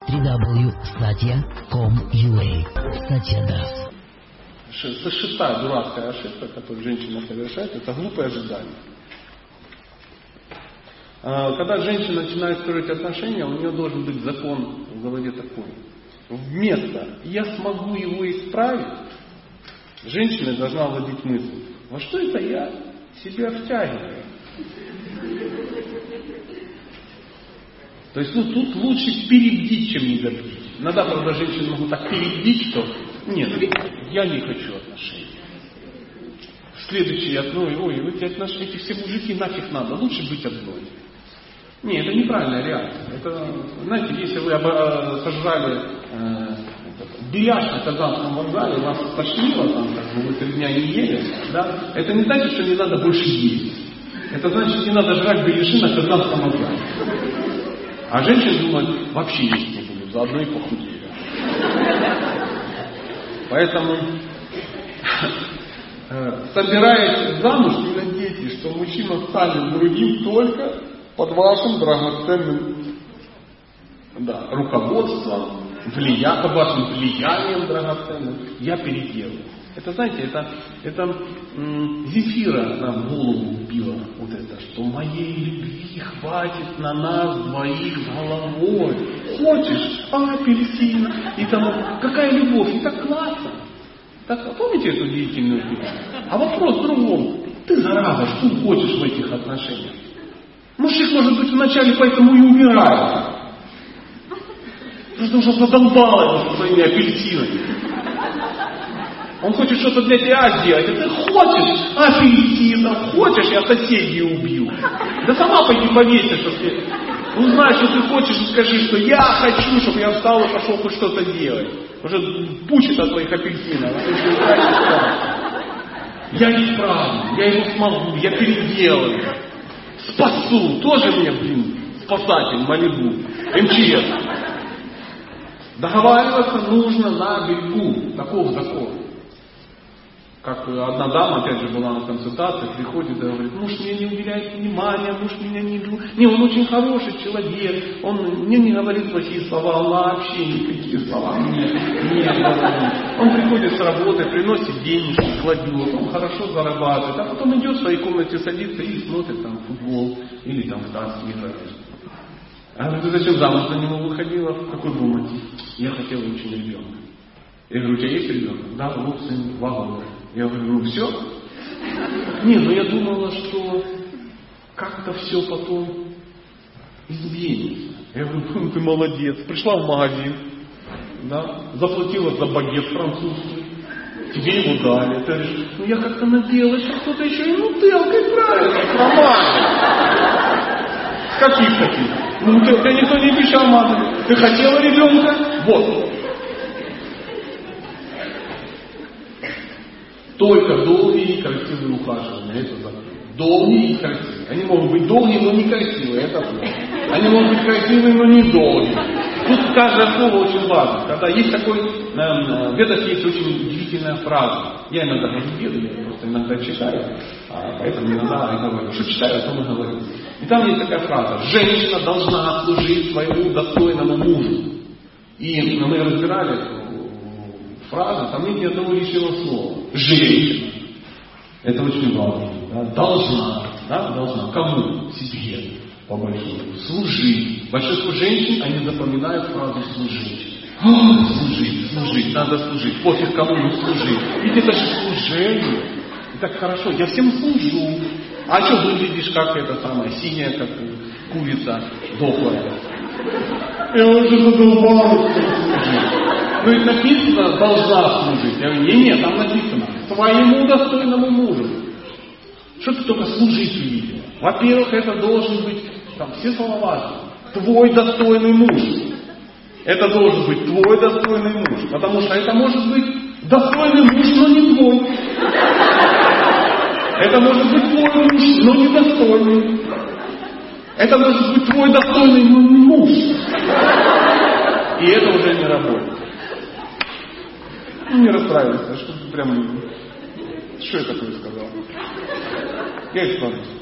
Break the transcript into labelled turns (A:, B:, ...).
A: www.satya.com.ua Satya Das.
B: Шестая дурацкая ошибка, которую женщина совершает, это глупое ожидание. Когда женщина начинает строить отношения, у нее должен быть закон в голове такой. Вместо «я смогу его исправить», женщина должна владеть мыслью: во что это я себя втягиваю? То есть тут лучше перебдить, чем не добдить. Иногда, правда, женщины могут так перебдить, что нет, я не хочу отношений. Следующий одной: эти отношения, эти все мужики нафиг надо, лучше быть одной. Нет, это неправильная реакция. Это, знаете, если вы сожрали беляш на Казанском вокзале, вас тошнило, там, вы 3 дня не ели, да, это не значит, что не надо больше есть. Это значит, не надо жрать беляши на Казанском вокзале. А женщины думают: вообще есть не буду, заодно и похудею. Поэтому, собираетесь замуж, не надейтесь, что мужчина станет другим только под вашим драгоценным руководством, под вашим влиянием драгоценным. Я переделаю. Это, знаете, это Зефира нам в голову убила вот это, что моей любви хватит на нас двоих с головой. Хочешь? Апельсина. И тому, какая любовь? И так классно. Так, помните эту удивительную песню? А вопрос в другом. Ты, зараза, что хочешь в этих отношениях? Мужик, может быть, вначале поэтому и умирает. Потому что задолбало его своими апельсинами. Он хочет что-то для тебя сделать, а ты хочешь апельсинов, хочешь, я соседей убью. Да сама пойди повесься, что ты узнаешь, что ты хочешь, и скажи, что я хочу, чтобы я встал и пошел хоть что-то делать. Уже пучит от твоих апельсинов. Я исправлю, я его смогу, я переделаю. Спасу, тоже мне, спасатель, Малибу, МЧС. Договариваться нужно на берегу. Таков закон. Как одна дама, опять же, была на консультации, приходит и говорит: муж мне не уделяет внимания, муж меня не любит. Не, он очень хороший человек, он мне не говорит плохие слова, он вообще никакие слова не говорит. Он приходит с работы, приносит денежки, кладет, он хорошо зарабатывает, а потом идет в своей комнате, садится и смотрит там футбол или там в танцы играет. А говорит: ты зачем замуж за него выходила? Какой был мотив? Я хотела очень ребенка. Я говорю: у тебя есть ребенок? Да, вот сын 2 года. Я говорю: ну все? Нет, я думала, что как-то все потом изменится. Я говорю: ну ты молодец. Пришла в магазин, да, заплатила за багет французский, тебе его дали. Ты говоришь: ну я как-то надеялась, что кто-то еще и нутелкой правильно, нормально. Каких таких? Ну тебя никто не обещал мазать. Ты хотела ребенка? Вот. Только долгие и красивые ухаживания, это закон. Долгие и красивые. Они могут быть долгие, но не красивые, это плохо. Они могут быть красивые, но не долгие. Тут каждое слово очень важно. Когда есть такой, в Ведах есть очень удивительная фраза. Я иногда говорю Веды, я просто иногда читаю, поэтому иногда я говорю, что читаю, то мы говорим. И там есть такая фраза: женщина должна служить своему достойному мужу. И мы разбирали эту фразу, там нет ни одного лишнего слова. Женщина. Это очень важно. Да? Должна. Да? Должна. Кому? Себе. По большому. Служить. Большинство женщин, они запоминают фразу служить. Служить. Надо служить. Пофиг кому, но служить. Ведь это же служение. И так хорошо. Я всем служу. А что выглядишь, как это самое, синяя, как курица дохлая? Я уже задолбалась служить. Ну и написано: должна служить. Я говорю: нет, там написано: своему достойному мужу. Что ты только служить увидел? Во-первых, это должен быть, там все слова важны, твой достойный муж. Это должен быть твой достойный муж. Потому что это может быть достойный муж, но не твой. Это может быть твой муж, но не достойный. Это может быть твой достойный, но не муж. И это уже не работает. Ну, не расстраивайся, что ты прям... Что я такое сказал? Я исправлюсь.